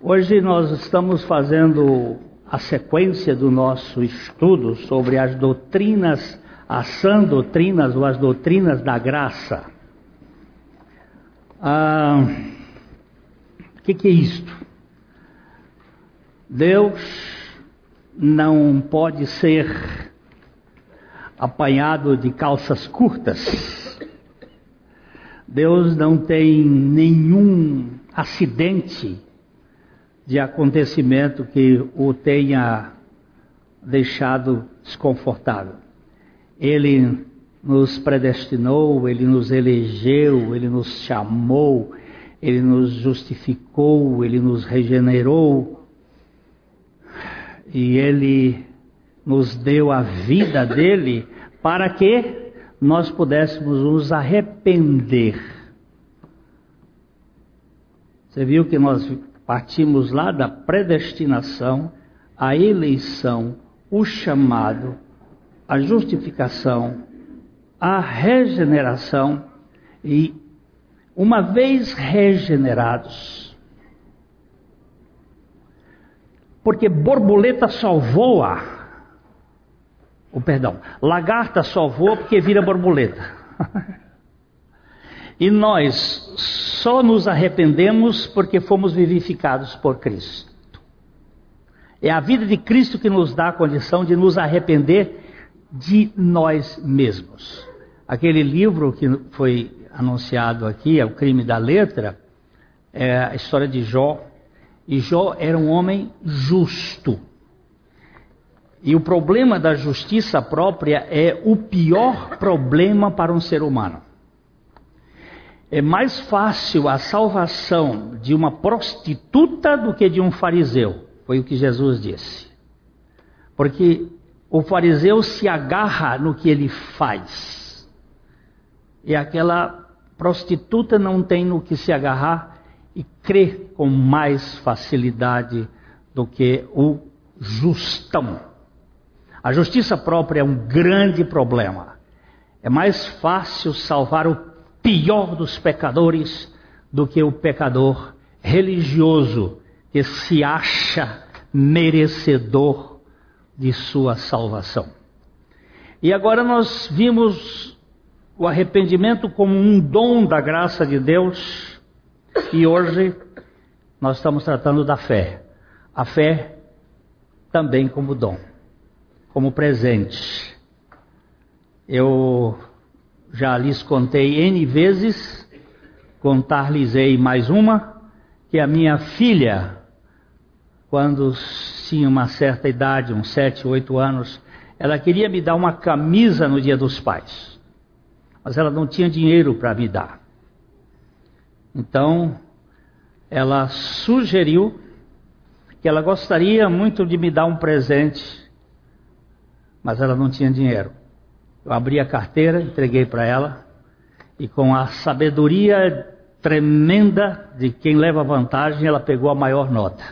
Hoje nós estamos fazendo a sequência do nosso estudo sobre as doutrinas, as sã doutrinas ou as doutrinas da graça. O que é isto? Deus não pode ser apanhado de calças curtas. Deus não tem nenhum acidente de acontecimento que o tenha deixado desconfortável. Ele nos predestinou, Ele nos elegeu, Ele nos chamou, Ele nos justificou, Ele nos regenerou e Ele nos deu a vida dele para que nós pudéssemos nos arrepender. Você viu que nós partimos lá da predestinação, a eleição, o chamado, a justificação, a regeneração, e uma vez regenerados, porque borboleta só voa, lagarta só voa porque vira borboleta. E nós só nos arrependemos porque fomos vivificados por Cristo. É a vida de Cristo que nos dá a condição de nos arrepender de nós mesmos. Aquele livro que foi anunciado aqui, é O Crime da Letra, é a história de Jó. E Jó era um homem justo. E o problema da justiça própria é o pior problema para um ser humano. É mais fácil a salvação de uma prostituta do que de um fariseu. Foi o que Jesus disse. Porque o fariseu se agarra no que ele faz. E aquela prostituta não tem no que se agarrar e crê com mais facilidade do que o justão. A justiça própria é um grande problema. É mais fácil salvar o pior dos pecadores do que o pecador religioso que se acha merecedor de sua salvação. E agora nós vimos o arrependimento como um dom da graça de Deus, e hoje nós estamos tratando da fé. A fé também como dom, como presente. Eu já lhes contei N vezes, contar-lhes-ei mais uma, que a minha filha, quando tinha uma certa idade, uns 7, 8 anos, ela queria me dar uma camisa no Dia dos Pais, mas ela não tinha dinheiro para me dar. Então, ela sugeriu que ela gostaria muito de me dar um presente, mas ela não tinha dinheiro. Eu abri a carteira, entreguei para ela, e com a sabedoria tremenda de quem leva vantagem, ela pegou a maior nota.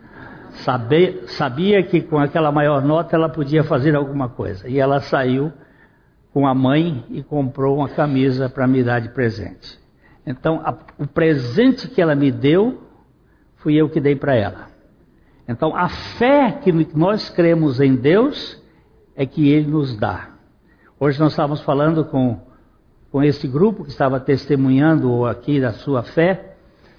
Sabia que com aquela maior nota ela podia fazer alguma coisa. E ela saiu com a mãe e comprou uma camisa para me dar de presente. Então, o presente que ela me deu, fui eu que dei para ela. Então, a fé que nós cremos em Deus é que Ele nos dá. Hoje nós estávamos falando com esse grupo que estava testemunhando aqui da sua fé,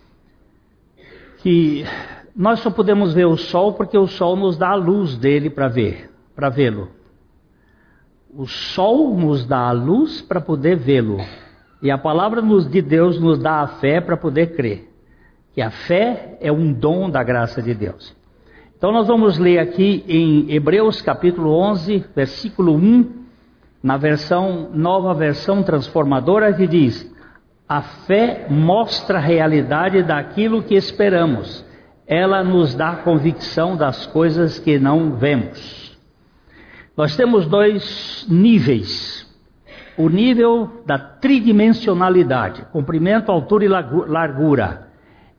que nós só podemos ver o sol porque o sol nos dá a luz dele para vê-lo. O sol nos dá a luz para poder vê-lo. E a palavra de Deus nos dá a fé para poder crer. Que a fé é um dom da graça de Deus. Então nós vamos ler aqui em Hebreus capítulo 11, versículo 1, na nova versão transformadora, que diz: a fé mostra a realidade daquilo que esperamos. Ela nos dá convicção das coisas que não vemos. Nós temos dois níveis. O nível da tridimensionalidade, comprimento, altura e largura.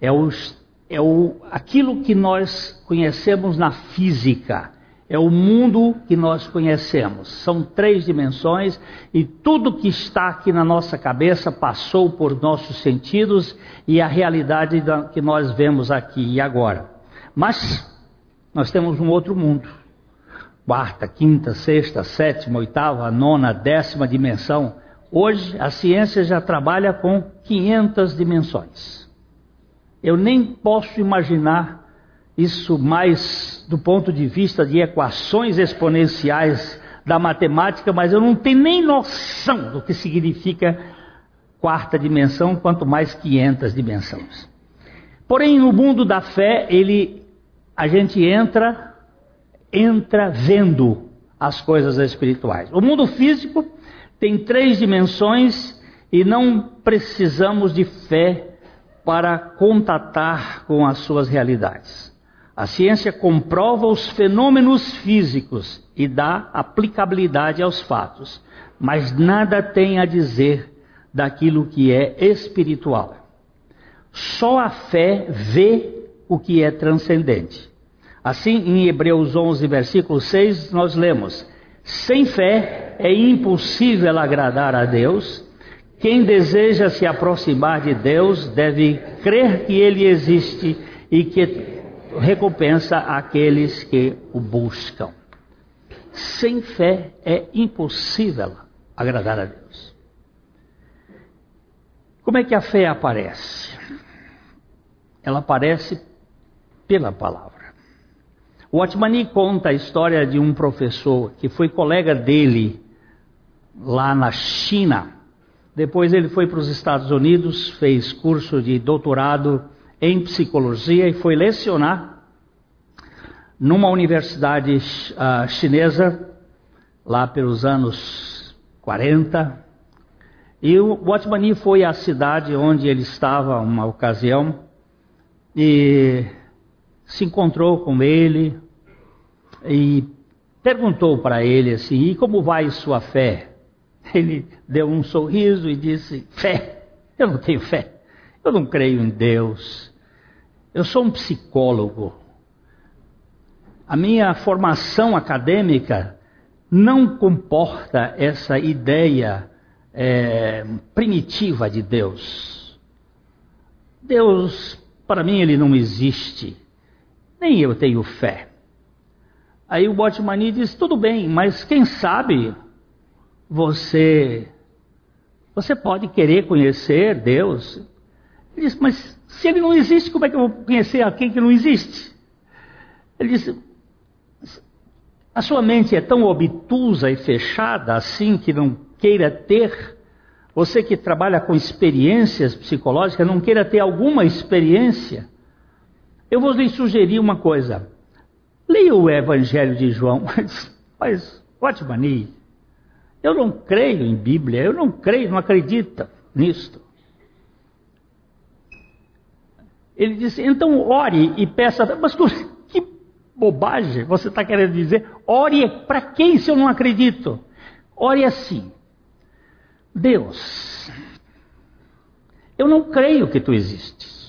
Aquilo que nós conhecemos na física. É o mundo que nós conhecemos. São 3 dimensões e tudo que está aqui na nossa cabeça passou por nossos sentidos e a realidade que nós vemos aqui e agora. Mas nós temos um outro mundo. Quarta, quinta, sexta, sétima, oitava, nona, 10ª dimensão. Hoje a ciência já trabalha com 500 dimensões. Eu nem posso imaginar isso mais do ponto de vista de equações exponenciais da matemática, mas eu não tenho nem noção do que significa quarta dimensão, quanto mais 500 dimensões. Porém, no mundo da fé, a gente entra vendo as coisas espirituais. O mundo físico tem 3 dimensões e não precisamos de fé para contatar com as suas realidades. A ciência comprova os fenômenos físicos e dá aplicabilidade aos fatos, mas nada tem a dizer daquilo que é espiritual. Só a fé vê o que é transcendente. Assim, em Hebreus 11, versículo 6, nós lemos: sem fé é impossível agradar a Deus. Quem deseja se aproximar de Deus deve crer que Ele existe e que recompensa aqueles que o buscam. Sem fé é impossível agradar a Deus. Como é que a fé aparece? Ela aparece pela palavra. O Watchman conta a história de um professor que foi colega dele lá na China. Depois ele foi para os Estados Unidos, fez curso de doutorado em psicologia e foi lecionar numa universidade chinesa, lá pelos anos 40. E o Watchman foi à cidade onde ele estava uma ocasião e se encontrou com ele e perguntou para ele assim: e como vai sua fé? Ele deu um sorriso e disse: fé? Eu não tenho fé. Eu não creio em Deus. Eu sou um psicólogo. A minha formação acadêmica não comporta essa ideia primitiva de Deus. Deus, para mim, ele não existe. Nem eu tenho fé. Aí o Watchman disse: tudo bem, mas quem sabe você pode querer conhecer Deus. Ele disse: mas se ele não existe, como é que eu vou conhecer alguém que não existe? Ele disse: a sua mente é tão obtusa e fechada assim que não queira ter, você que trabalha com experiências psicológicas, não queira ter alguma experiência. Eu vou lhe sugerir uma coisa: leia o Evangelho de João. Mas Watchman, eu não creio em Bíblia, eu não creio, não acredito nisto. Ele disse: então ore e peça. Mas que bobagem você está querendo dizer? Ore para quem se eu não acredito? Ore assim: Deus, eu não creio que tu existes.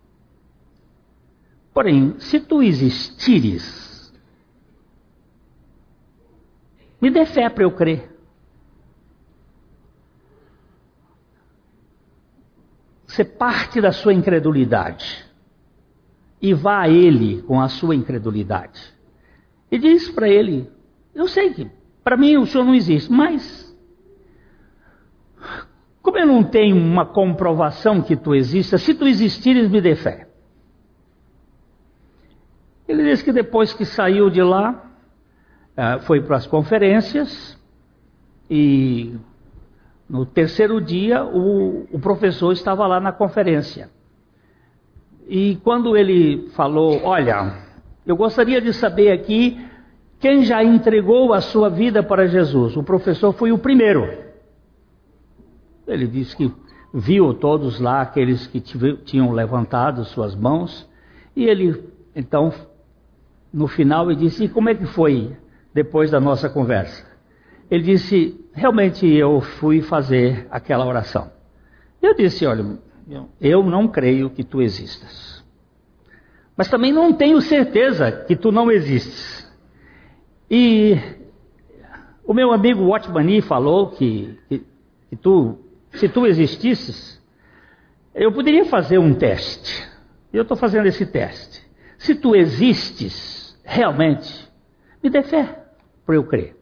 Porém, se tu existires, me dê fé para eu crer. Você parte da sua incredulidade e vá a Ele com a sua incredulidade. E diz para Ele: eu sei que para mim o Senhor não existe, mas como eu não tenho uma comprovação que tu existas, se tu existires, me dê fé. Ele diz que depois que saiu de lá, foi para as conferências e no terceiro dia o professor estava lá na conferência. E quando ele falou: olha, eu gostaria de saber aqui quem já entregou a sua vida para Jesus. O professor foi o primeiro. Ele disse que viu todos lá, aqueles que tinham levantado suas mãos. E ele, então, no final, ele disse: e como é que foi depois da nossa conversa? Ele disse: realmente eu fui fazer aquela oração. Eu disse: olha, eu não creio que tu existas, mas também não tenho certeza que tu não existes. E o meu amigo Watchman falou que se tu existisses, eu poderia fazer um teste. Eu estou fazendo esse teste. se tu existes realmente, me dê fé para eu crer.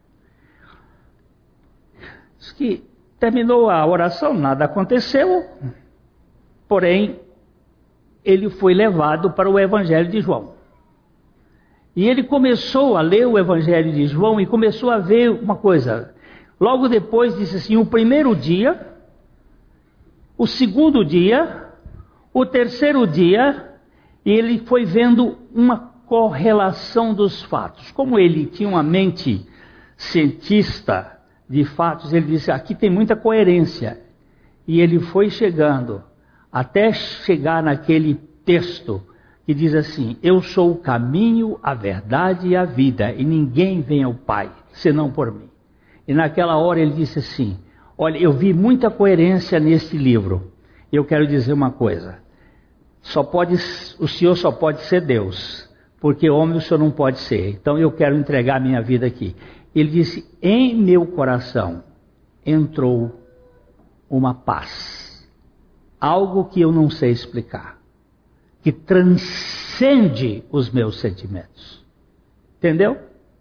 Diz que terminou a oração, nada aconteceu, porém, ele foi levado para o Evangelho de João. E ele começou a ler o Evangelho de João e começou a ver uma coisa. Logo depois disse assim, o primeiro dia, o segundo dia, o terceiro dia, e ele foi vendo uma correlação dos fatos. Como ele tinha uma mente cientista de fatos, ele disse, aqui tem muita coerência. E ele foi chegando, até chegar naquele texto que diz assim, eu sou o caminho, a verdade e a vida, e ninguém vem ao Pai, senão por mim. E naquela hora ele disse assim, olha, eu vi muita coerência nesse livro, eu quero dizer uma coisa, o Senhor só pode ser Deus, porque homem o Senhor não pode ser, então eu quero entregar a minha vida aqui. Ele disse, em meu coração entrou uma paz, algo que eu não sei explicar, que transcende os meus sentimentos. Entendeu?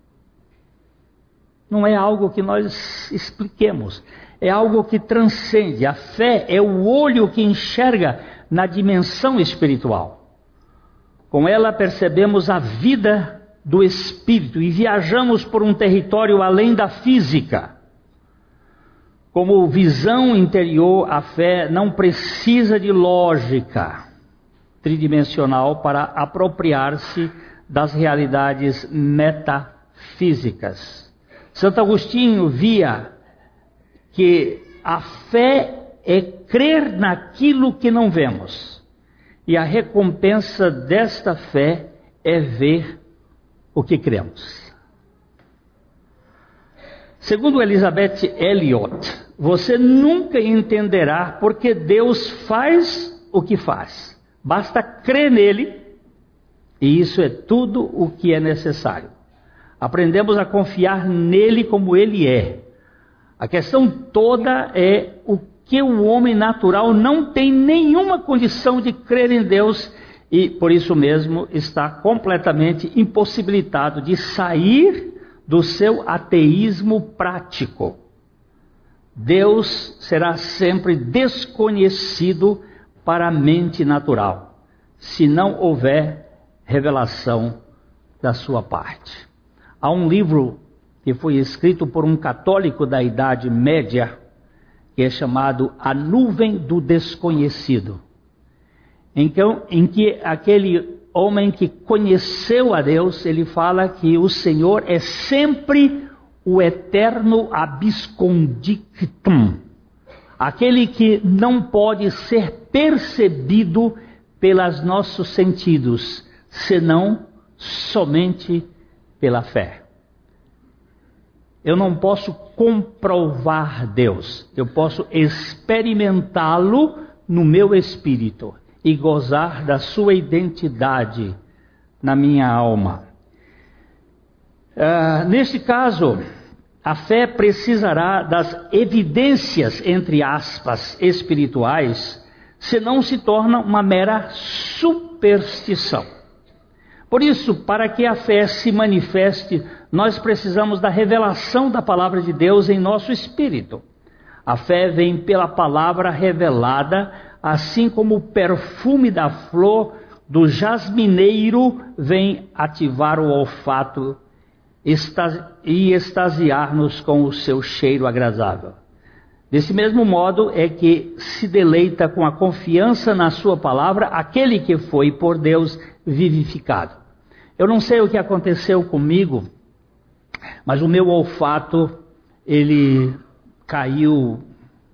Não é algo que nós expliquemos, é algo que transcende. A fé é o olho que enxerga na dimensão espiritual. Com ela percebemos a vida do espírito e viajamos por um território além da física. Como visão interior, a fé não precisa de lógica tridimensional para apropriar-se das realidades metafísicas. Santo Agostinho via que a fé é crer naquilo que não vemos, e a recompensa desta fé é ver o que cremos. Segundo Elizabeth Elliot, você nunca entenderá porque Deus faz o que faz. Basta crer nele, e isso é tudo o que é necessário. Aprendemos a confiar nele como ele é. A questão toda é o que o homem natural não tem nenhuma condição de crer em Deus, e por isso mesmo está completamente impossibilitado de sair do seu ateísmo prático. Deus será sempre desconhecido para a mente natural, se não houver revelação da sua parte. Há um livro que foi escrito por um católico da Idade Média, que é chamado A Nuvem do Desconhecido, em que aquele homem que conheceu a Deus, ele fala que o Senhor é sempre o eterno abscondictum, aquele que não pode ser percebido pelos nossos sentidos, senão somente pela fé. Eu não posso comprovar Deus, eu posso experimentá-lo no meu espírito e gozar da sua identidade na minha alma. Neste caso, a fé precisará das evidências, entre aspas, espirituais, senão se torna uma mera superstição. Por isso, para que a fé se manifeste, nós precisamos da revelação da palavra de Deus em nosso espírito. A fé vem pela palavra revelada, assim como o perfume da flor do jasmineiro vem ativar o olfato e extasiar-nos com o seu cheiro agradável. Desse mesmo modo é que se deleita com a confiança na sua palavra aquele que foi por Deus vivificado. Eu não sei o que aconteceu comigo, mas o meu olfato, ele caiu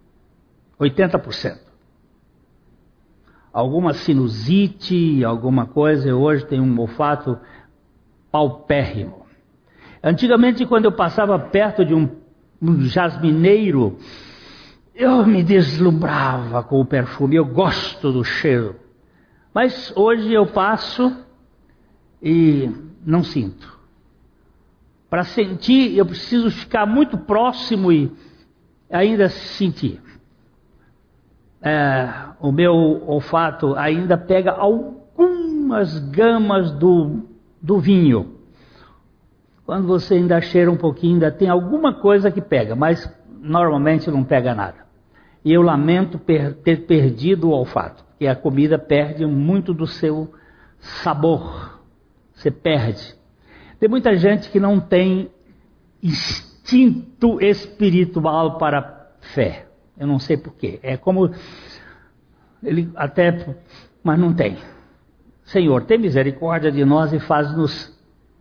80%. Alguma sinusite, alguma coisa, eu hoje tenho um olfato paupérrimo. Antigamente, quando eu passava perto de um jasmineiro, eu me deslumbrava com o perfume, eu gosto do cheiro. Mas hoje eu passo e não sinto. Para sentir, eu preciso ficar muito próximo e ainda sentir. O meu olfato ainda pega algum últimas gamas do vinho. Quando você ainda cheira um pouquinho, ainda tem alguma coisa que pega, mas normalmente não pega nada. E eu lamento ter perdido o olfato, porque a comida perde muito do seu sabor. Você perde. Tem muita gente que não tem instinto espiritual para fé. Eu não sei porquê. É como ele até, mas não tem. Senhor, tem misericórdia de nós e faz-nos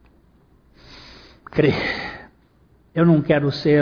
crer. Eu não quero ser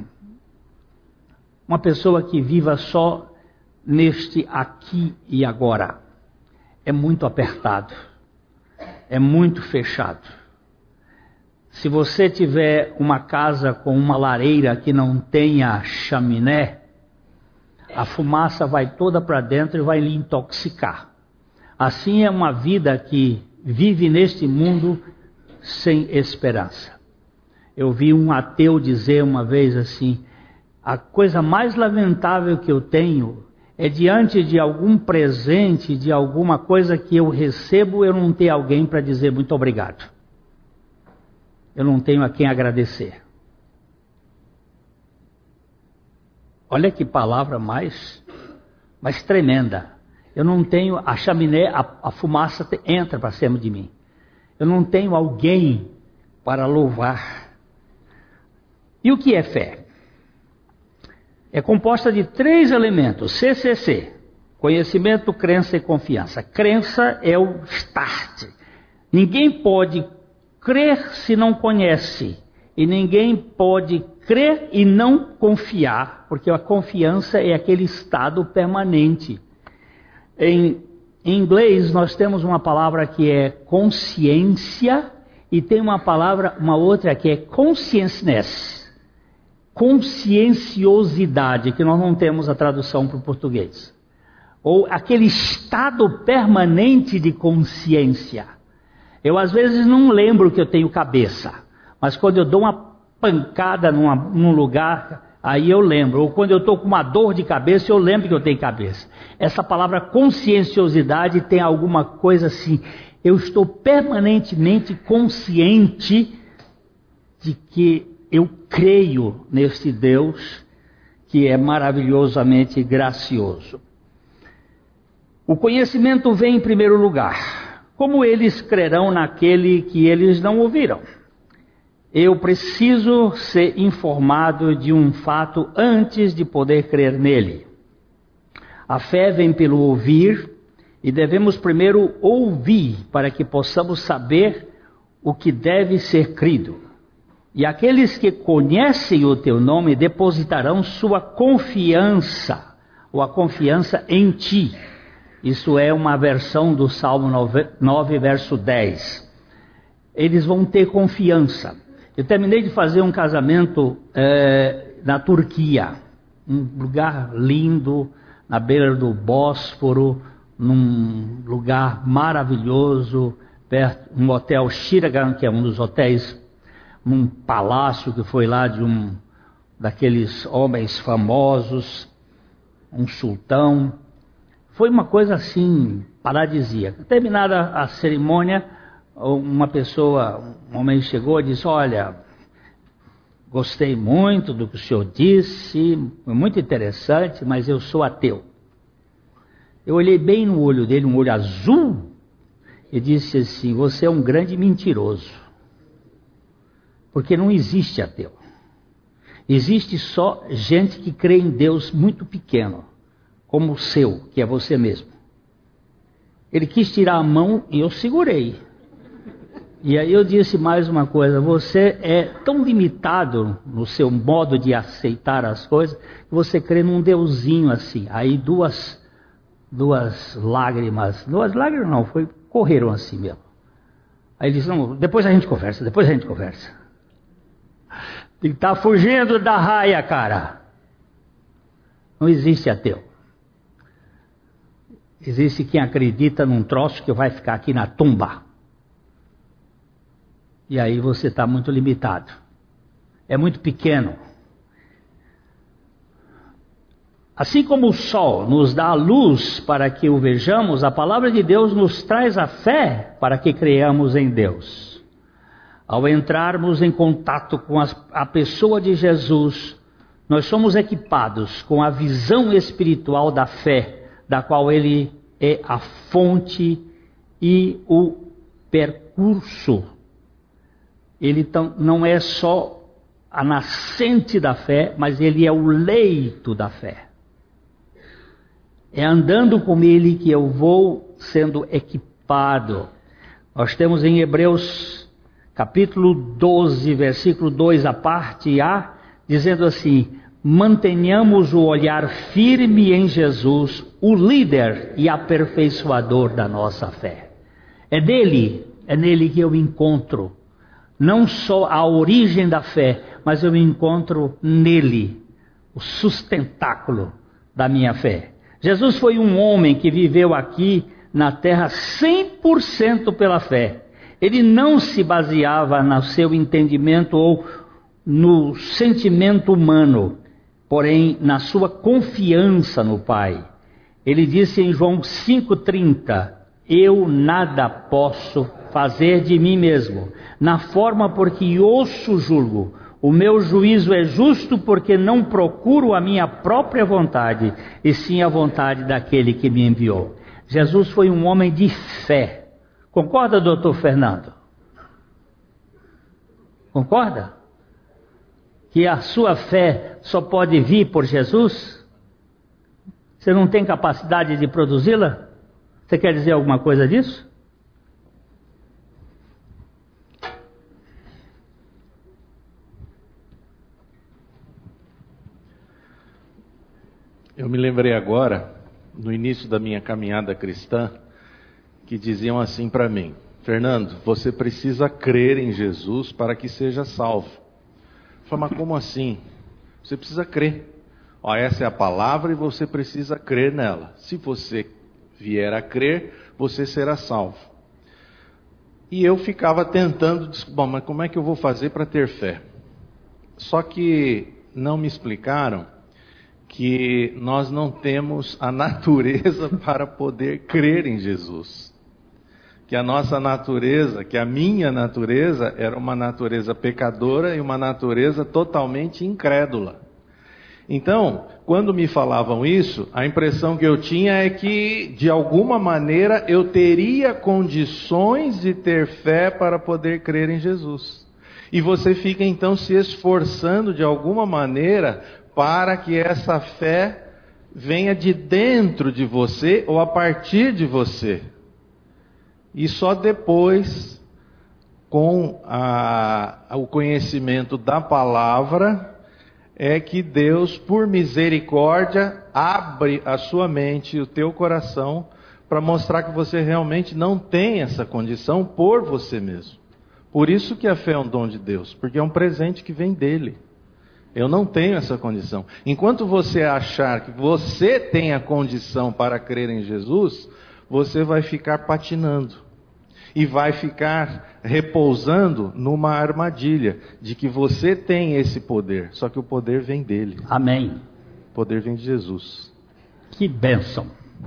uma pessoa que viva só neste aqui e agora. É muito apertado. É muito fechado. Se você tiver uma casa com uma lareira que não tenha chaminé, a fumaça vai toda para dentro e vai lhe intoxicar. Assim é uma vida que vive neste mundo sem esperança. Eu vi um ateu dizer uma vez assim: a coisa mais lamentável que eu tenho é diante de algum presente, de alguma coisa que eu recebo, eu não ter alguém para dizer muito obrigado. Eu não tenho a quem agradecer. Olha que palavra mais tremenda. Eu não tenho a chaminé, a fumaça entra para cima de mim. Eu não tenho alguém para louvar. E o que é fé? É composta de 3 elementos, CCC: conhecimento, crença e confiança. Crença é o start. Ninguém pode crer se não conhece. E ninguém pode crer e não confiar, porque a confiança é aquele estado permanente. Em inglês nós temos uma palavra que é consciência e tem uma outra que é consciousness. Conscienciosidade, que nós não temos a tradução para o português. Ou aquele estado permanente de consciência. Eu às vezes não lembro que eu tenho cabeça, mas quando eu dou uma pancada num lugar, aí eu lembro. Ou quando eu estou com uma dor de cabeça, eu lembro que eu tenho cabeça. Essa palavra conscienciosidade tem alguma coisa assim: eu estou permanentemente consciente de que eu creio neste Deus que é maravilhosamente gracioso. O conhecimento vem em primeiro lugar. Como eles crerão naquele que eles não ouviram? Eu preciso ser informado de um fato antes de poder crer nele. A fé vem pelo ouvir e devemos primeiro ouvir para que possamos saber o que deve ser crido. E aqueles que conhecem o teu nome depositarão sua confiança, ou a confiança em ti. Isso é uma versão do Salmo 9, verso 10. Eles vão ter confiança. Eu terminei de fazer um casamento na Turquia, um lugar lindo, na beira do Bósforo, num lugar maravilhoso, perto, um hotel Shiragan, que é um dos hotéis, um palácio que foi lá de um daqueles homens famosos, um sultão. Foi uma coisa assim paradisíaca. Terminada a cerimônia, um homem chegou e disse: olha, gostei muito do que o senhor disse, foi muito interessante, mas eu sou ateu. Eu olhei bem no olho dele, um olho azul, e disse assim: você é um grande mentiroso. Porque não existe ateu. Existe só gente que crê em Deus muito pequeno, como o seu, que é você mesmo. Ele quis tirar a mão e eu segurei. E aí eu disse mais uma coisa: você é tão limitado no seu modo de aceitar as coisas, que você crê num deusinho assim. Aí duas lágrimas não, correram assim mesmo. Aí ele disse: não, depois a gente conversa. Ele está fugindo da raia, cara. Não existe ateu. Existe quem acredita num troço que vai ficar aqui na tumba. E aí você está muito limitado. É muito pequeno. Assim como o sol nos dá a luz para que o vejamos, a palavra de Deus nos traz a fé para que creiamos em Deus. Ao entrarmos em contato com a pessoa de Jesus, nós somos equipados com a visão espiritual da fé, da qual Ele é a fonte e o percurso. Ele não é só a nascente da fé, mas Ele é o leito da fé. É andando com Ele que eu vou sendo equipado. Nós temos em Hebreus capítulo 12, versículo 2, a parte A, dizendo assim: mantenhamos o olhar firme em Jesus, o líder e aperfeiçoador da nossa fé. É nele que eu encontro não só a origem da fé, mas eu encontro nele o sustentáculo da minha fé. Jesus foi um homem que viveu aqui na terra 100% pela fé. Ele não se baseava no seu entendimento ou no sentimento humano, porém na sua confiança no Pai. Ele disse em João 5,30: eu nada posso fazer de mim mesmo, na forma por que ouço julgo. O meu juízo é justo porque não procuro a minha própria vontade, e sim a vontade daquele que me enviou. Jesus foi um homem de fé. Concorda, doutor Fernando? Concorda? Que a sua fé só pode vir por Jesus? Você não tem capacidade de produzi-la? Você quer dizer alguma coisa disso? Eu me lembrei agora, no início da minha caminhada cristã, que diziam assim para mim: Fernando, você precisa crer em Jesus para que seja salvo. Eu falei, mas como assim? Você precisa crer. Ó, essa é a palavra e você precisa crer nela. Se você vier a crer, você será salvo. E eu ficava tentando, bom, mas como é que eu vou fazer para ter fé? Só que não me explicaram que nós não temos a natureza para poder crer em Jesus. Que a nossa natureza, que a minha natureza, era uma natureza pecadora e uma natureza totalmente incrédula. Então, quando me falavam isso, a impressão que eu tinha é que, de alguma maneira, eu teria condições de ter fé para poder crer em Jesus. E você fica então se esforçando de alguma maneira para que essa fé venha de dentro de você ou a partir de você. E só depois, com o conhecimento da palavra, é que Deus, por misericórdia, abre a sua mente e o teu coração para mostrar que você realmente não tem essa condição por você mesmo. Por isso que a fé é um dom de Deus, porque é um presente que vem dele. Eu não tenho essa condição. Enquanto você achar que você tem a condição para crer em Jesus, você vai ficar patinando. E vai ficar repousando numa armadilha de que você tem esse poder. Só que o poder vem dele. Amém. O poder vem de Jesus. Que bênção.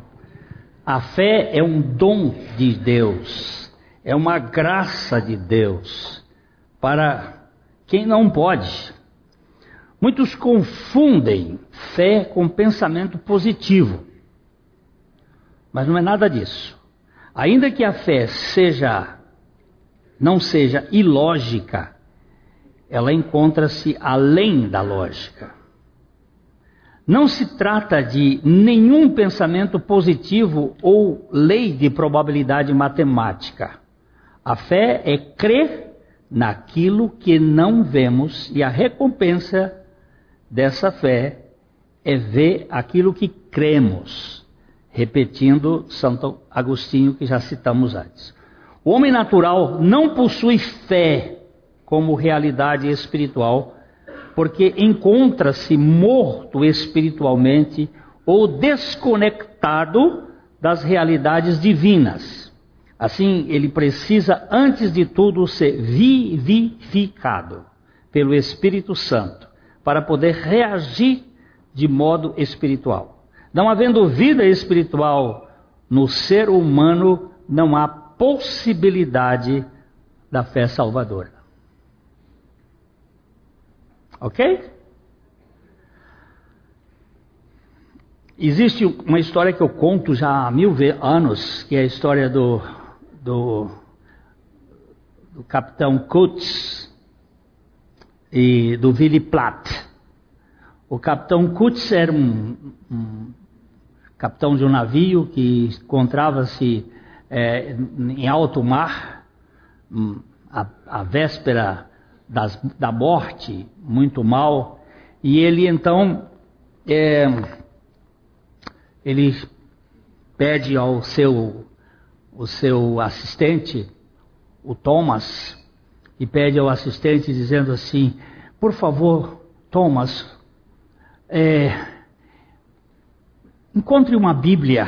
A fé é um dom de Deus. É uma graça de Deus. Para quem não pode. Muitos confundem fé com pensamento positivo, mas não é nada disso. Ainda que a fé não seja ilógica, ela encontra-se além da lógica. Não se trata de nenhum pensamento positivo ou lei de probabilidade matemática. A fé é crer naquilo que não vemos, e a recompensa dessa fé é ver aquilo que cremos, repetindo Santo Agostinho, que já citamos antes. O homem natural não possui fé como realidade espiritual, porque encontra-se morto espiritualmente ou desconectado das realidades divinas. Assim, ele precisa, antes de tudo, ser vivificado pelo Espírito Santo, para poder reagir de modo espiritual. Não havendo vida espiritual no ser humano, não há possibilidade da fé salvadora. Ok? Existe uma história que eu conto já há 1000 anos, que é a história do capitão Kutz e do Willy Platt. O capitão Kutz era um capitão de um navio que encontrava-se em alto mar, à véspera da morte, muito mal, e ele então ele pede ao seu assistente, o Thomas, e pede ao assistente dizendo assim: por favor, Thomas, encontre uma Bíblia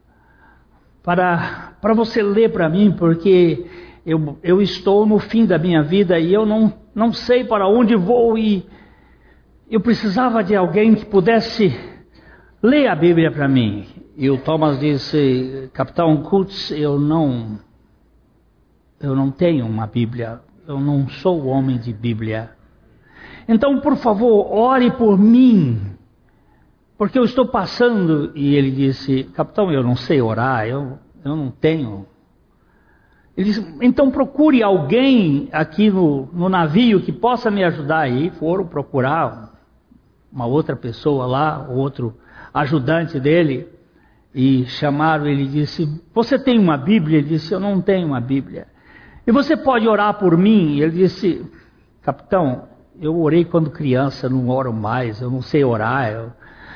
para você ler para mim, porque eu estou no fim da minha vida e eu não sei para onde vou, e eu precisava de alguém que pudesse ler a Bíblia para mim. E o Thomas disse: capitão Kutz, eu não tenho uma Bíblia, eu não sou homem de Bíblia. Então, por favor, ore por mim, porque eu estou passando. E ele disse: capitão, eu não sei orar, eu não tenho. Ele disse: então procure alguém aqui no navio que possa me ajudar. E foram procurar uma outra pessoa lá, outro ajudante dele, e chamaram. Ele disse: você tem uma Bíblia? Ele disse: eu não tenho uma Bíblia. E você pode orar por mim? Ele disse: capitão, eu orei quando criança, não oro mais, eu não sei orar.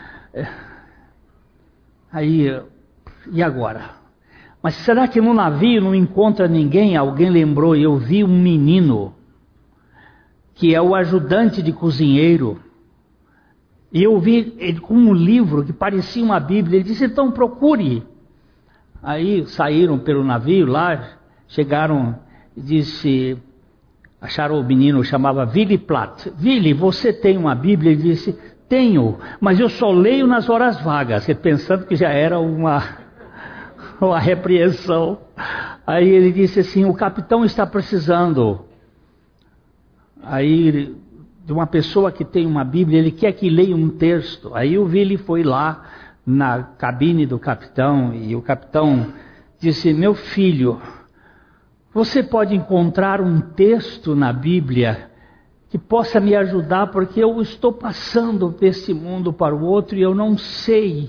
E agora? Mas será que no navio não encontra ninguém? Alguém lembrou: eu vi um menino que é o ajudante de cozinheiro, e eu vi ele com um livro que parecia uma Bíblia. Ele disse: então procure. Aí saíram pelo navio lá, chegaram e disse, acharam o menino, chamava Willy Platt. Willy, você tem uma Bíblia? Ele disse: tenho, mas eu só leio nas horas vagas, pensando que já era uma repreensão. Aí ele disse assim: o capitão está precisando aí de uma pessoa que tem uma Bíblia, ele quer que leia um texto. Aí o Willy foi lá na cabine do capitão, e o capitão disse: meu filho, você pode encontrar um texto na Bíblia que possa me ajudar, porque eu estou passando desse mundo para o outro e eu não sei.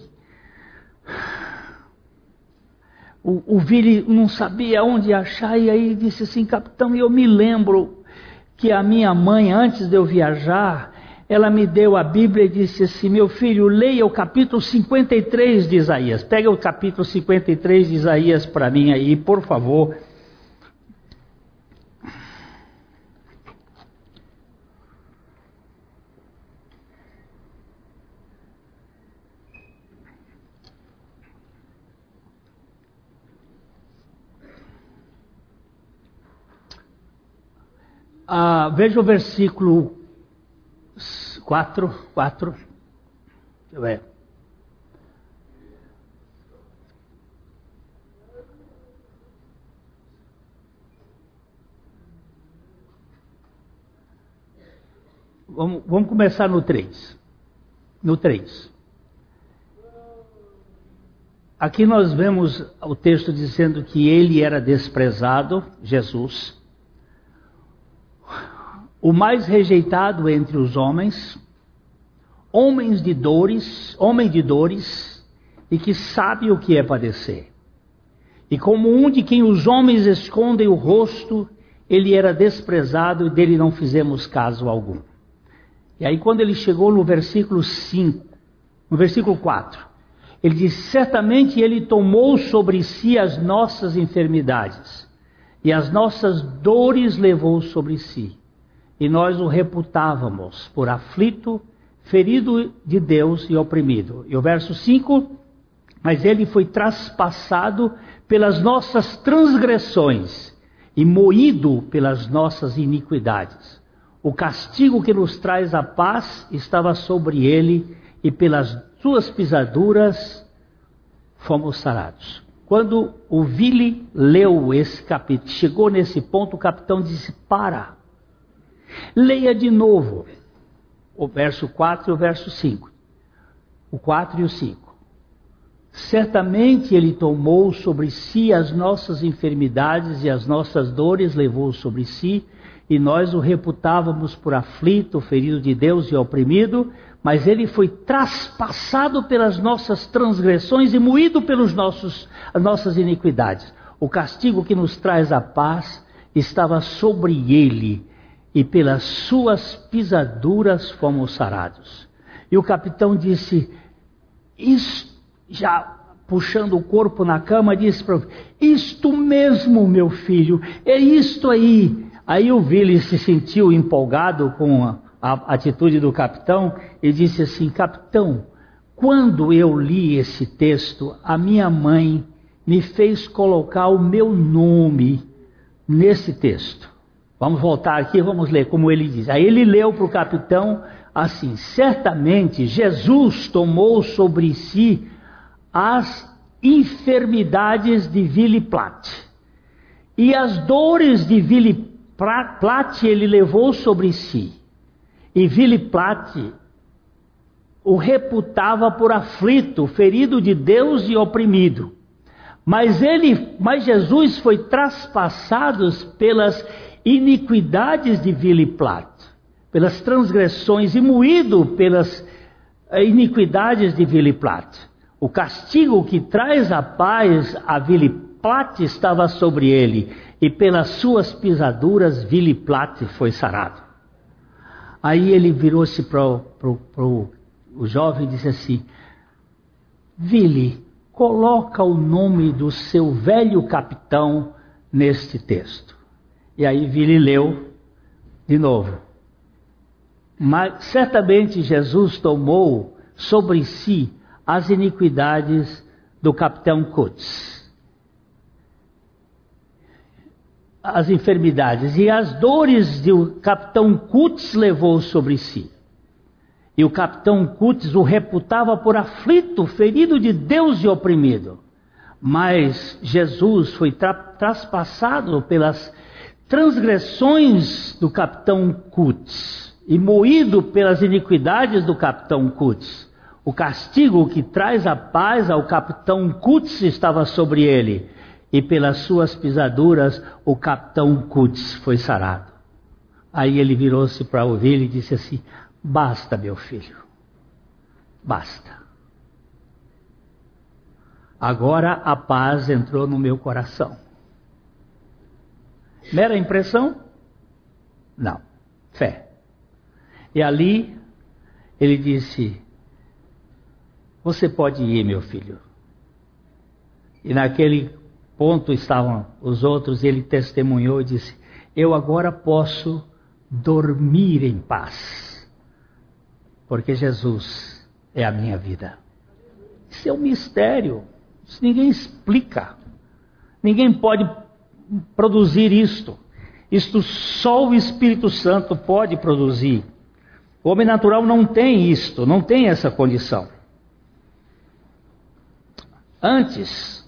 O Willy não sabia onde achar, e aí disse assim: capitão, eu me lembro que a minha mãe, antes de eu viajar, ela me deu a Bíblia e disse assim: meu filho, leia o capítulo 53 de Isaías. Pega o capítulo 53 de Isaías para mim aí, por favor. Veja o versículo 4. Deixa eu ver. Vamos começar no 3. No 3. Aqui nós vemos o texto dizendo que ele era desprezado, Jesus, o mais rejeitado entre os homens, homem de dores, e que sabe o que é padecer. E como um de quem os homens escondem o rosto, ele era desprezado e dele não fizemos caso algum. E aí quando ele chegou no versículo 5, no versículo 4, ele diz: certamente ele tomou sobre si as nossas enfermidades, e as nossas dores levou sobre si. E nós o reputávamos por aflito, ferido de Deus e oprimido. E o verso 5, mas ele foi traspassado pelas nossas transgressões e moído pelas nossas iniquidades. O castigo que nos traz a paz estava sobre ele, e pelas suas pisaduras fomos sarados. Quando o Vili leu esse capítulo, chegou nesse ponto, o capitão disse: para, leia de novo o verso 4 e o verso 5. O 4 e o 5. Certamente ele tomou sobre si as nossas enfermidades e as nossas dores levou sobre si, e nós o reputávamos por aflito, ferido de Deus e oprimido, mas ele foi traspassado pelas nossas transgressões e moído pelas nossas iniquidades. O castigo que nos traz a paz estava sobre ele, e pelas suas pisaduras fomos sarados. E o capitão disse, já puxando o corpo na cama, disse para ele: isto mesmo, meu filho, é isto aí. Aí o Vili se sentiu empolgado com a atitude do capitão e disse assim: capitão, quando eu li esse texto, a minha mãe me fez colocar o meu nome nesse texto. Vamos voltar aqui, vamos ler como ele diz. Aí ele leu para o capitão assim: certamente Jesus tomou sobre si as enfermidades de Vili Plat, e as dores de Vili Plat ele levou sobre si, e Vili Plat o reputava por aflito, ferido de Deus e oprimido. Mas Jesus foi traspassado pelas iniquidades de Vili Plat, pelas transgressões, e moído pelas iniquidades de Vili Plat. O castigo que traz a paz a Vili Plat estava sobre ele, e pelas suas pisaduras Vili Plat foi sarado. Aí ele virou-se para o jovem e disse assim: Vili, coloca o nome do seu velho capitão neste texto. E aí Vili leu de novo. Mas certamente Jesus tomou sobre si as iniquidades do capitão Kutz, as enfermidades e as dores do capitão Kutz levou sobre si. E o capitão Kutz o reputava por aflito, ferido de Deus e oprimido. Mas Jesus foi traspassado pelas transgressões do capitão Kutz e moído pelas iniquidades do capitão Kutz. O castigo que traz a paz ao capitão Kutz estava sobre ele, e pelas suas pisaduras o capitão Kutz foi sarado. Aí ele virou-se para o Vili e disse assim: basta, meu filho, basta. Agora a paz entrou no meu coração. Mera impressão? Não, fé. E ali ele disse: você pode ir, meu filho. E naquele ponto estavam os outros, e ele testemunhou e disse: eu agora posso dormir em paz, porque Jesus é a minha vida. Isso é um mistério, isso ninguém explica, ninguém pode produzir isto só o Espírito Santo pode produzir. O homem natural não tem isto, não tem essa condição. Antes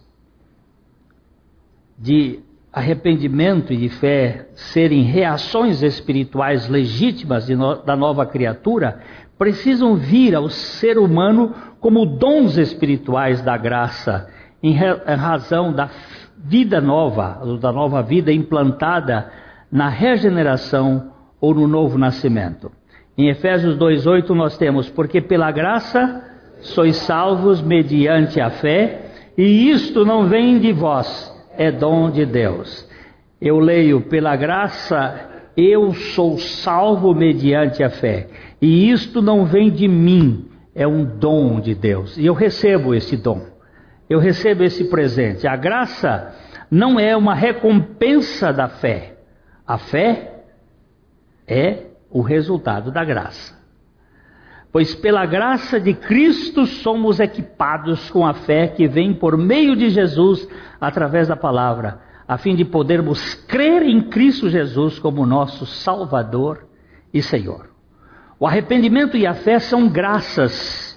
de arrependimento e de fé serem reações espirituais legítimas da nova criatura, precisam vir ao ser humano como dons espirituais da graça, em razão da vida nova, da nova vida implantada na regeneração ou no novo nascimento. Em Efésios 2:8 nós temos: porque pela graça sois salvos mediante a fé, e isto não vem de vós, é dom de Deus. Eu leio: pela graça eu sou salvo mediante a fé, e isto não vem de mim, é um dom de Deus. E eu recebo esse dom, eu recebo esse presente. A graça não é uma recompensa da fé, a fé é o resultado da graça. Pois pela graça de Cristo somos equipados com a fé que vem por meio de Jesus através da palavra, a fim de podermos crer em Cristo Jesus como nosso Salvador e Senhor. O arrependimento e a fé são graças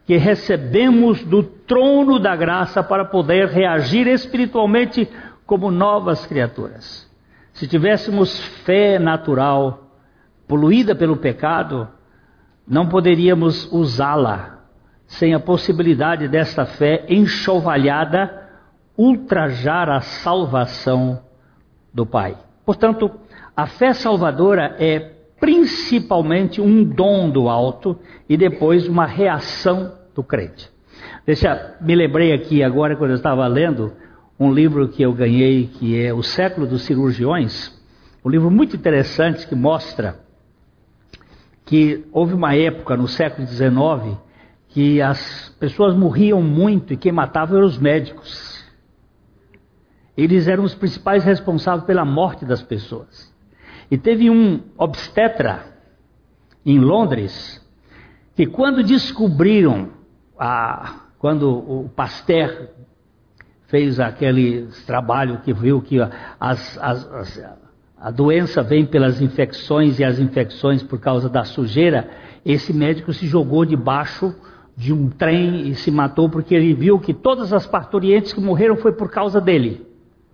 que recebemos do trono da graça para poder reagir espiritualmente como novas criaturas. Se tivéssemos fé natural, poluída pelo pecado, não poderíamos usá-la sem a possibilidade desta fé enxovalhada ultrajar a salvação do Pai. Portanto, a fé salvadora é principalmente um dom do alto e depois uma reação do crente. Me lembrei aqui agora, quando eu estava lendo um livro que eu ganhei, que é O Século dos Cirurgiões, um livro muito interessante que mostra que houve uma época no século XIX que as pessoas morriam muito e quem matava eram os médicos. Eles eram os principais responsáveis pela morte das pessoas. E teve um obstetra em Londres que quando descobriram, quando o Pasteur fez aquele trabalho que viu que a doença vem pelas infecções e as infecções por causa da sujeira, esse médico se jogou debaixo de um trem e se matou porque ele viu que todas as parturientes que morreram foi por causa dele.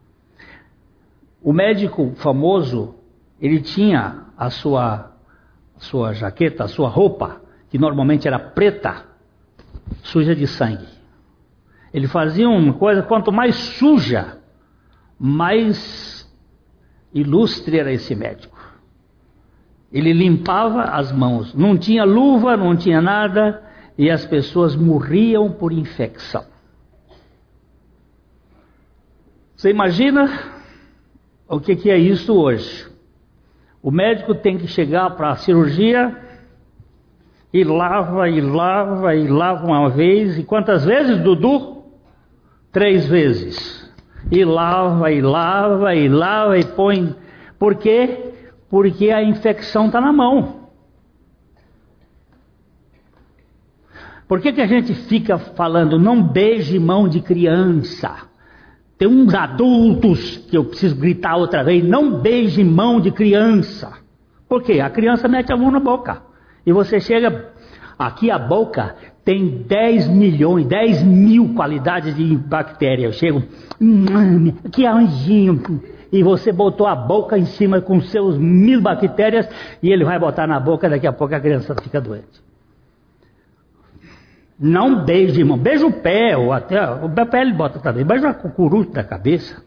O médico famoso, ele tinha a sua jaqueta, a sua roupa, que normalmente era preta, suja de sangue. Ele fazia uma coisa, quanto mais suja, mais ilustre era esse médico. Ele limpava as mãos, não tinha luva, não tinha nada, e as pessoas morriam por infecção. Você imagina o que é isso hoje? O médico tem que chegar para a cirurgia e lava uma vez. E quantas vezes, Dudu? 3 vezes. E lava e põe. Por quê? Porque a infecção está na mão. Por que a gente fica falando, não beije mão de criança? Tem uns adultos que eu preciso gritar outra vez, não beije mão de criança. Por quê? A criança mete a mão na boca. E você chega, aqui a boca tem 10 mil qualidades de bactéria. Eu chego, que anjinho. E você botou a boca em cima com seus 1000 bactérias e ele vai botar na boca, daqui a pouco a criança fica doente. Não beije, irmão. Beija o pé, ou até o pé ele bota também. Beija a cucuruto da cabeça.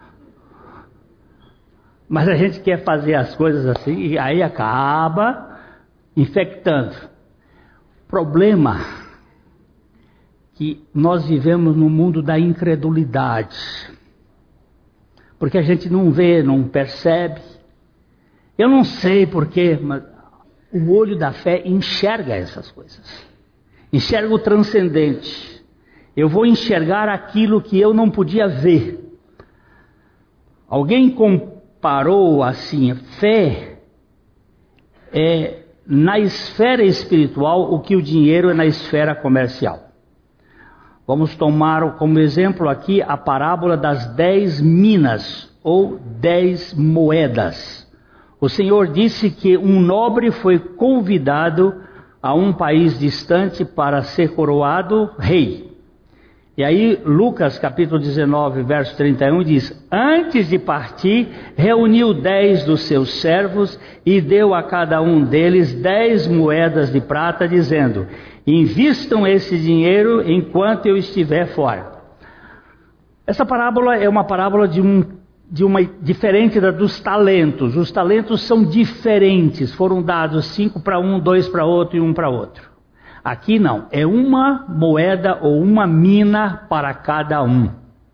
Mas a gente quer fazer as coisas assim e aí acaba infectando. Problema que nós vivemos no mundo da incredulidade. Porque a gente não vê, não percebe. Eu não sei porquê, mas o olho da fé enxerga essas coisas. Enxerga o transcendente. Eu vou enxergar aquilo que eu não podia ver. Alguém comparou assim, fé é na esfera espiritual o que o dinheiro é na esfera comercial. Vamos tomar como exemplo aqui a parábola das 10 minas ou 10 moedas. O Senhor disse que um nobre foi convidado a um país distante para ser coroado rei. E aí Lucas capítulo 19 verso 31 diz: antes de partir reuniu 10 dos seus servos e deu a cada um deles 10 moedas de prata, dizendo: invistam esse dinheiro enquanto eu estiver fora. Essa parábola é uma parábola diferente dos talentos. Os talentos são diferentes, foram dados 5 para um, 2 para outro e 1 para outro. Aqui não, é uma moeda ou uma mina para cada um.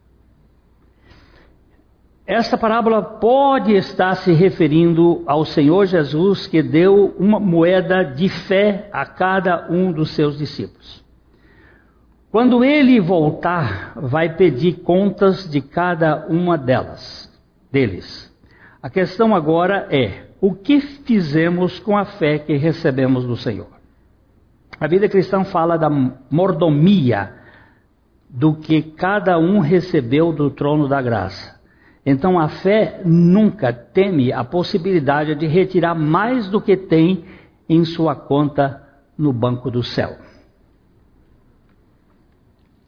Esta parábola pode estar se referindo ao Senhor Jesus, que deu uma moeda de fé a cada um dos seus discípulos. Quando ele voltar, vai pedir contas de cada uma deles. A questão agora é, o que fizemos com a fé que recebemos do Senhor? A vida cristã fala da mordomia do que cada um recebeu do trono da graça. Então a fé nunca teme a possibilidade de retirar mais do que tem em sua conta no banco do céu.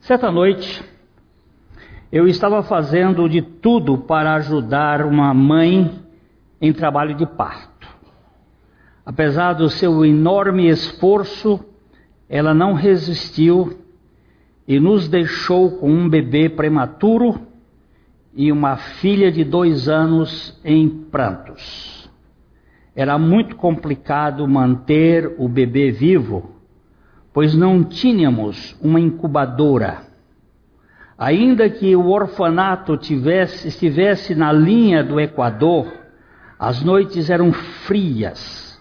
Certa noite, eu estava fazendo de tudo para ajudar uma mãe em trabalho de parto. Apesar do seu enorme esforço, ela não resistiu e nos deixou com um bebê prematuro e uma filha de 2 anos em prantos. Era muito complicado manter o bebê vivo, pois não tínhamos uma incubadora. Ainda que o orfanato estivesse na linha do Equador, as noites eram frias,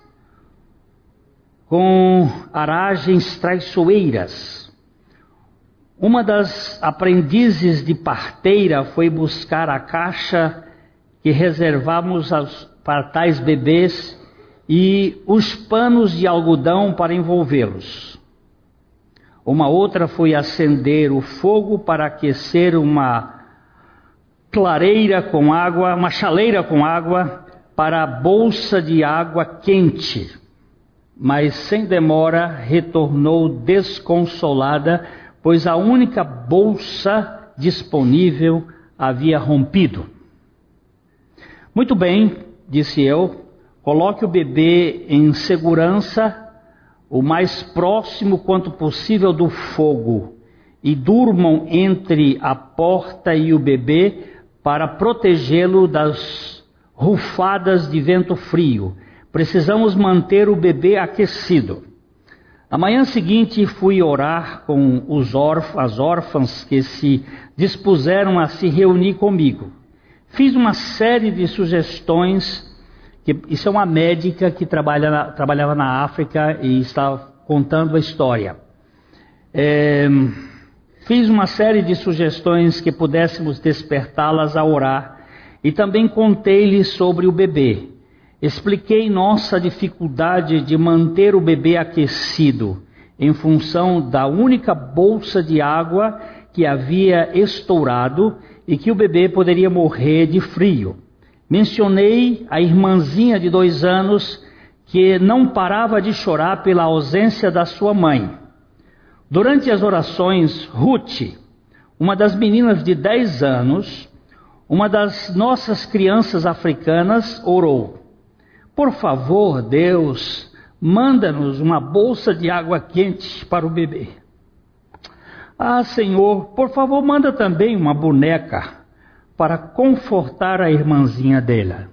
com aragens traiçoeiras. Uma das aprendizes de parteira foi buscar a caixa que reservamos para tais bebês e os panos de algodão para envolvê-los. Uma outra foi acender o fogo para aquecer uma chaleira com água para a bolsa de água quente. Mas sem demora retornou desconsolada, pois a única bolsa disponível havia rompido. Muito bem, disse eu, coloque o bebê em segurança o mais próximo quanto possível do fogo e durmam entre a porta e o bebê para protegê-lo das rufadas de vento frio. Precisamos manter o bebê aquecido. Na manhã seguinte fui orar com as órfãs que se dispuseram a se reunir comigo. Fiz uma série de sugestões. Isso é uma médica que trabalhava na África e está contando a história. Fiz uma série de sugestões que pudéssemos despertá-las a orar e também contei-lhes sobre o bebê. Expliquei nossa dificuldade de manter o bebê aquecido em função da única bolsa de água que havia estourado e que o bebê poderia morrer de frio. Mencionei a irmãzinha de 2 anos que não parava de chorar pela ausência da sua mãe. Durante as orações, Ruth, uma das meninas de 10 anos, uma das nossas crianças africanas, orou: por favor, Deus, manda-nos uma bolsa de água quente para o bebê. Ah, Senhor, por favor, manda também uma boneca para confortar a irmãzinha dela.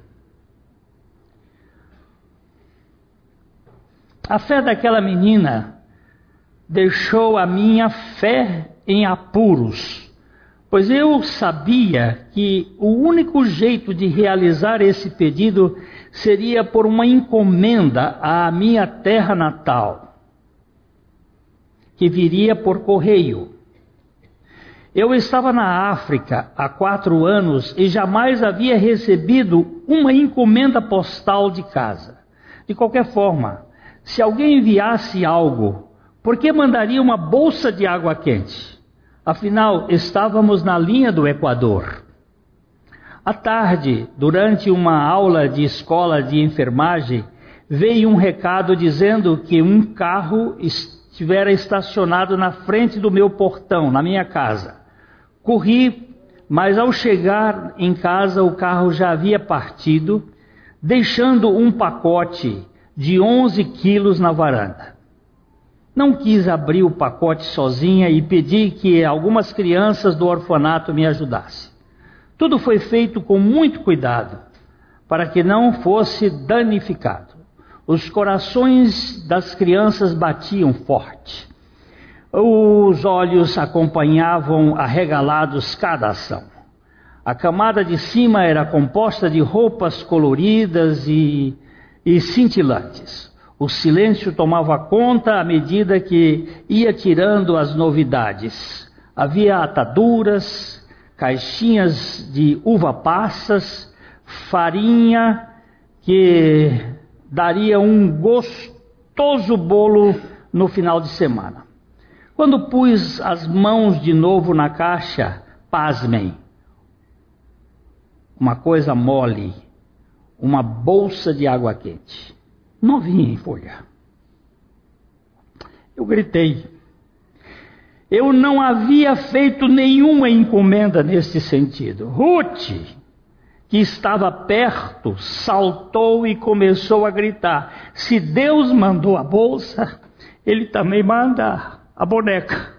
A fé daquela menina deixou a minha fé em apuros, pois eu sabia que o único jeito de realizar esse pedido seria por uma encomenda à minha terra natal, que viria por correio. Eu estava na África há 4 anos e jamais havia recebido uma encomenda postal de casa. De qualquer forma, se alguém enviasse algo, por que mandaria uma bolsa de água quente? Afinal, estávamos na linha do Equador. À tarde, durante uma aula de escola de enfermagem, veio um recado dizendo que um carro estivera estacionado na frente do meu portão, na minha casa. Corri, mas ao chegar em casa o carro já havia partido, deixando um pacote de 11 quilos na varanda. Não quis abrir o pacote sozinha e pedi que algumas crianças do orfanato me ajudassem. Tudo foi feito com muito cuidado, para que não fosse danificado. Os corações das crianças batiam forte. Os olhos acompanhavam arregalados cada ação. A camada de cima era composta de roupas coloridas e cintilantes. O silêncio tomava conta à medida que ia tirando as novidades. Havia ataduras, caixinhas de uva passas, farinha que daria um gostoso bolo no final de semana. Quando pus as mãos de novo na caixa, pasmem, uma coisa mole, uma bolsa de água quente, novinha em folha. Eu gritei. Eu não havia feito nenhuma encomenda nesse sentido. Ruth, que estava perto, saltou e começou a gritar: se Deus mandou a bolsa, Ele também manda a boneca.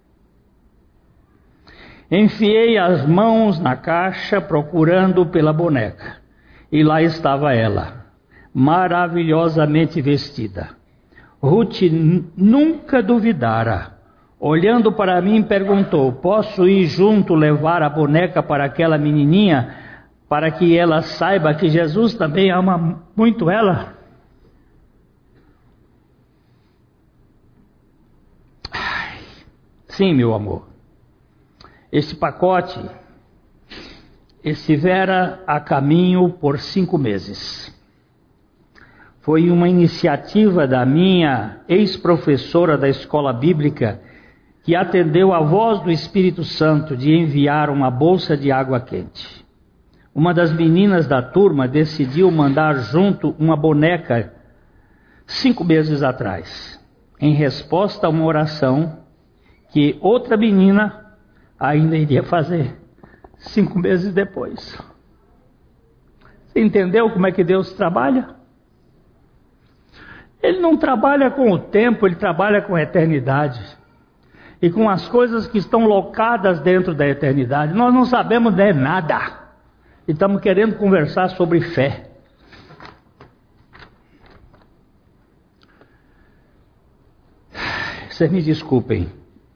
Enfiei as mãos na caixa procurando pela boneca. E lá estava ela, maravilhosamente vestida. Ruth nunca duvidara. Olhando para mim, perguntou: posso ir junto levar a boneca para aquela menininha, para que ela saiba que Jesus também ama muito ela? Sim, meu amor. Esse pacote estivera a caminho por 5 meses. Foi uma iniciativa da minha ex-professora da escola bíblica, que atendeu à voz do Espírito Santo de enviar uma bolsa de água quente. Uma das meninas da turma decidiu mandar junto uma boneca 5 meses atrás, em resposta a uma oração que outra menina ainda iria fazer 5 meses depois. Você entendeu como é que Deus trabalha? Ele não trabalha com o tempo, Ele trabalha com a eternidade. E com as coisas que estão locadas dentro da eternidade. Nós não sabemos de nada. E estamos querendo conversar sobre fé. Vocês me desculpem.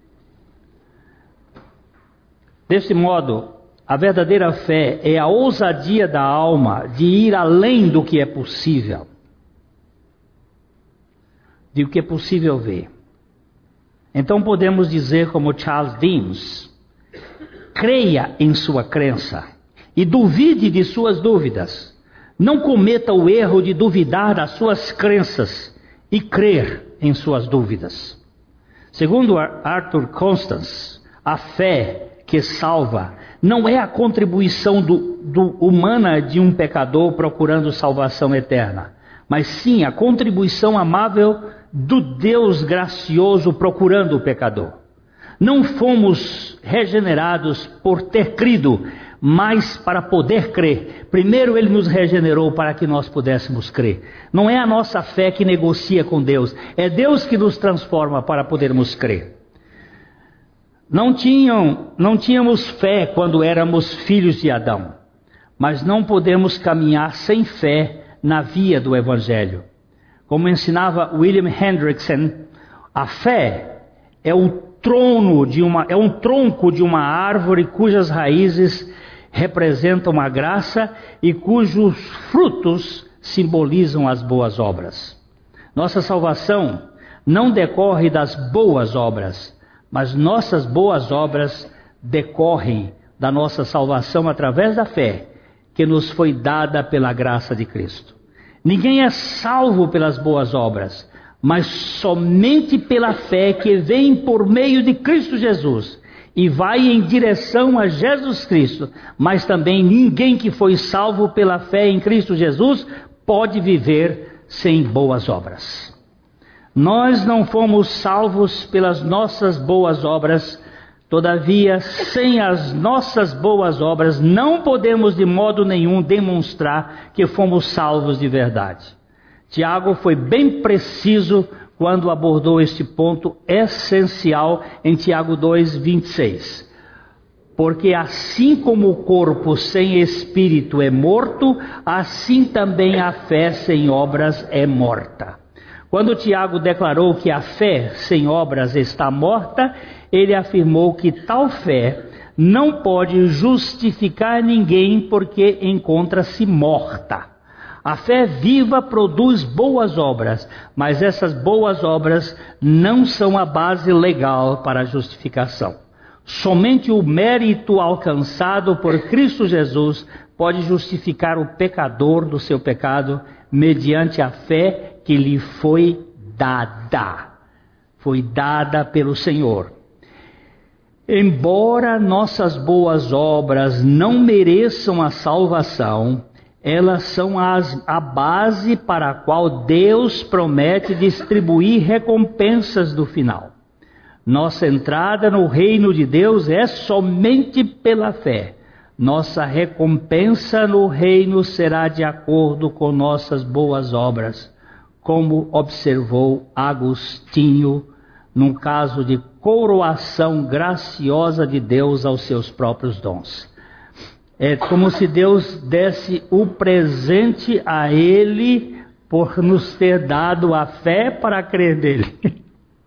Desse modo, a verdadeira fé é a ousadia da alma de ir além do que é possível. De o que é possível ver. Então podemos dizer como Charles Dims: creia em sua crença e duvide de suas dúvidas. Não cometa o erro de duvidar das suas crenças e crer em suas dúvidas. Segundo Arthur Constance, a fé que salva não é a contribuição humana de um pecador procurando salvação eterna, mas sim a contribuição amável do Deus gracioso procurando o pecador. Não fomos regenerados por ter crido, mas para poder crer. Primeiro Ele nos regenerou para que nós pudéssemos crer. Não é a nossa fé que negocia com Deus, é Deus que nos transforma para podermos crer. Não tínhamos fé quando éramos filhos de Adão, mas não podemos caminhar sem fé na via do Evangelho. Como ensinava William Hendrickson, a fé é um tronco de uma árvore cujas raízes representam a graça e cujos frutos simbolizam as boas obras. Nossa salvação não decorre das boas obras, mas nossas boas obras decorrem da nossa salvação através da fé que nos foi dada pela graça de Cristo. Ninguém é salvo pelas boas obras, mas somente pela fé que vem por meio de Cristo Jesus e vai em direção a Jesus Cristo. Mas também ninguém que foi salvo pela fé em Cristo Jesus pode viver sem boas obras. Nós não fomos salvos pelas nossas boas obras. Todavia, sem as nossas boas obras, não podemos de modo nenhum demonstrar que fomos salvos de verdade. Tiago foi bem preciso quando abordou este ponto essencial em Tiago 2:26. Porque assim como o corpo sem espírito é morto, assim também a fé sem obras é morta. Quando Tiago declarou que a fé sem obras está morta, ele afirmou que tal fé não pode justificar ninguém porque encontra-se morta. A fé viva produz boas obras, mas essas boas obras não são a base legal para a justificação. Somente o mérito alcançado por Cristo Jesus pode justificar o pecador do seu pecado mediante a fé que lhe foi dada. Foi dada pelo Senhor. Embora nossas boas obras não mereçam a salvação, elas são a base para a qual Deus promete distribuir recompensas do final. Nossa entrada no reino de Deus é somente pela fé. Nossa recompensa no reino será de acordo com nossas boas obras, como observou Agostinho, num caso de coroação graciosa de Deus aos seus próprios dons. É como se Deus desse o presente a ele por nos ter dado a fé para crer nele.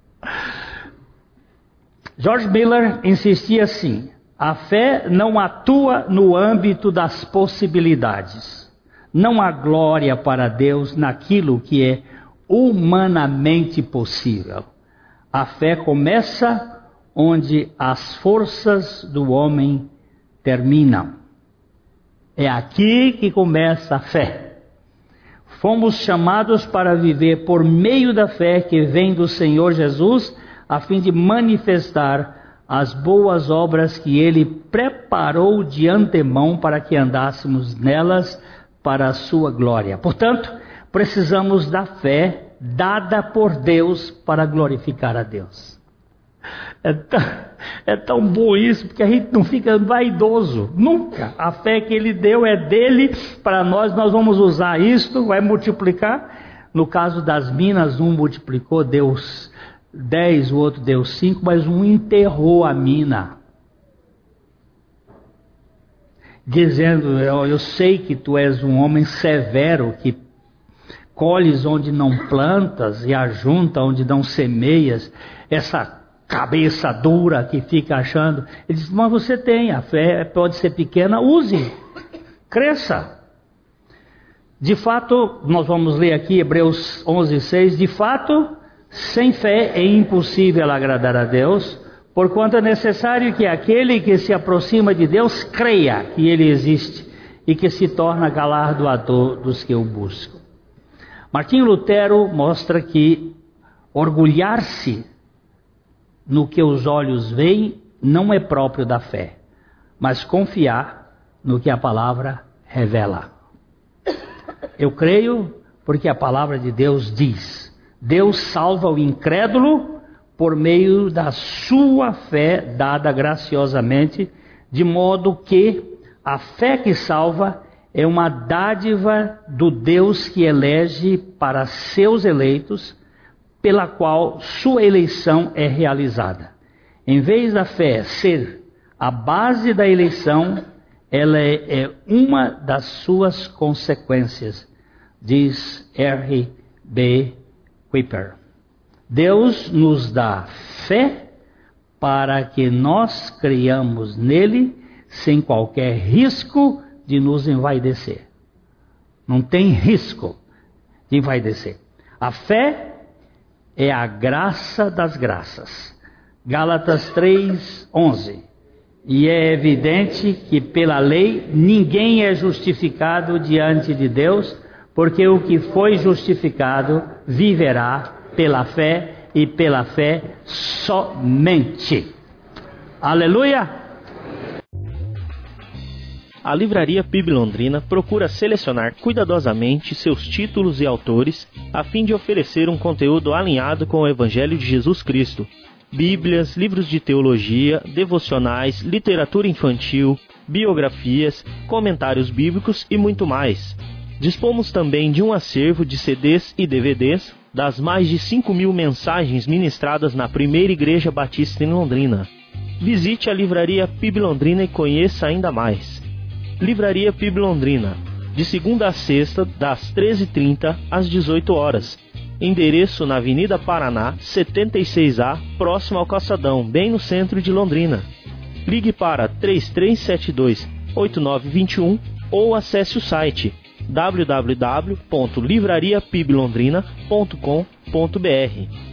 George Miller insistia assim: a fé não atua no âmbito das possibilidades. Não há glória para Deus naquilo que é humanamente possível. A fé começa onde as forças do homem terminam. É aqui que começa a fé. Fomos chamados para viver por meio da fé que vem do Senhor Jesus, a fim de manifestar as boas obras que Ele preparou de antemão para que andássemos nelas para a sua glória. Portanto, precisamos da fé dada por Deus para glorificar a Deus. É tão bom isso, porque a gente não fica vaidoso, nunca. A fé que Ele deu é dele, para nós vamos usar isto, vai multiplicar. No caso das minas, um multiplicou, deu 10, o outro deu 5, mas um enterrou a mina, dizendo: eu sei que tu és um homem severo, que colhes onde não plantas e ajunta onde não semeias. Essa cabeça dura que fica achando. Ele diz: mas você tem, a fé pode ser pequena, use, cresça. De fato, nós vamos ler aqui Hebreus 11:6, de fato, sem fé é impossível agradar a Deus, porquanto é necessário que aquele que se aproxima de Deus creia que Ele existe e que se torna galardoador dos que o buscam. Martinho Lutero mostra que orgulhar-se no que os olhos veem não é próprio da fé, mas confiar no que a palavra revela. Eu creio porque a palavra de Deus diz: Deus salva o incrédulo por meio da sua fé dada graciosamente, de modo que a fé que salva é uma dádiva do Deus que elege para seus eleitos, pela qual sua eleição é realizada. Em vez da fé ser a base da eleição, ela é uma das suas consequências, diz R.B. Kuiper. Deus nos dá fé para que nós creiamos nele sem qualquer risco de nos envaidecer. Não tem risco de envaidecer. A fé é a graça das graças. Gálatas 3:11. E é evidente que pela lei ninguém é justificado diante de Deus, porque o que foi justificado viverá pela fé, e pela fé somente. Aleluia! A Livraria PIB Londrina procura selecionar cuidadosamente seus títulos e autores a fim de oferecer um conteúdo alinhado com o Evangelho de Jesus Cristo. Bíblias, livros de teologia, devocionais, literatura infantil, biografias, comentários bíblicos e muito mais. Dispomos também de um acervo de CDs e DVDs das mais de 5.000 mensagens ministradas na Primeira Igreja Batista em Londrina. Visite a Livraria PIB Londrina e conheça ainda mais. Livraria PIB Londrina, de segunda a sexta, das 13h30 às 18 horas. Endereço na Avenida Paraná, 76A, próximo ao Calçadão, bem no centro de Londrina. Ligue para 3372-8921 ou acesse o site www.livrariapiblondrina.com.br.